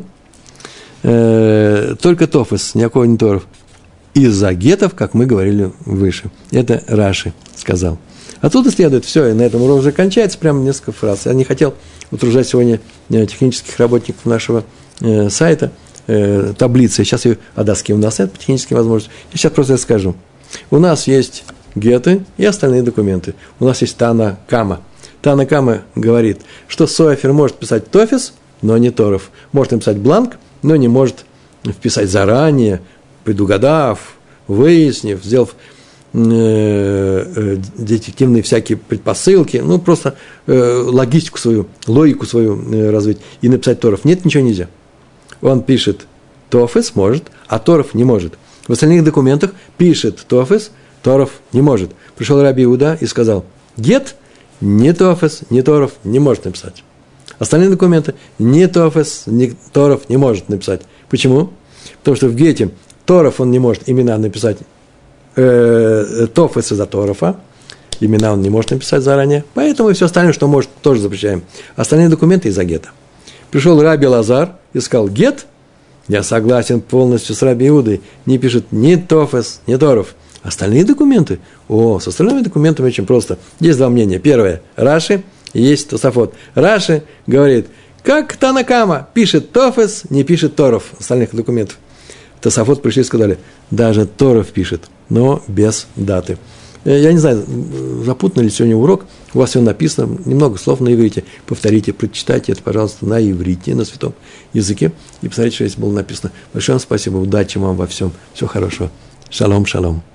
Э, только тофес, никакого не торов. Из-за гетов, как мы говорили выше. Это Раши сказал. Оттуда следует все, и на этом урок уже кончается, прямо несколько фраз. Я не хотел утруждать сегодня технических работников нашего э, сайта, э, таблицы. Сейчас ее о доске у нас нет по техническим возможностям. Я сейчас просто это скажу. У нас есть геты и остальные документы. У нас есть Тана Кама. Тана Кама говорит, что Софер может писать тофес, но не торов. Может написать бланк, но не может вписать заранее, предугадав, выяснив, сделав э, э, детективные всякие предпосылки, ну, просто э, логистику свою, логику свою э, развить и написать торов. Нет, ничего нельзя. Он пишет тофес, может, а торов не может. В остальных документах пишет тофес, торов не может. Пришел Раби Иуда и сказал, гет ни тофес, ни торов не может написать. Остальные документы ни тофес, ни торов не может написать. Почему? Потому что в гете торов он не может имена написать, э, тофес из-за торова, имена он не может написать заранее, поэтому все остальное, что может, тоже запрещаем. Остальные документы из-за гета. Пришел Раби Лазар и сказал, гет, я согласен полностью с Раби Иудой, не пишет ни тофес, ни торов. Остальные документы, о, с остальными документами очень просто. Есть два мнения. Первое, Раши, и есть Тосафот. Раши говорит, как Тана Кама пишет тофес, не пишет торов остальных документов. Тосафот пришли и сказали, даже торов пишет, но без даты. Я не знаю, запутанный ли сегодня урок, у вас все написано, немного слов на иврите, повторите, прочитайте это, пожалуйста, на иврите, на святом языке, и посмотрите, что здесь было написано. Большое вам спасибо, удачи вам во всем, всего хорошего. Шалом, шалом.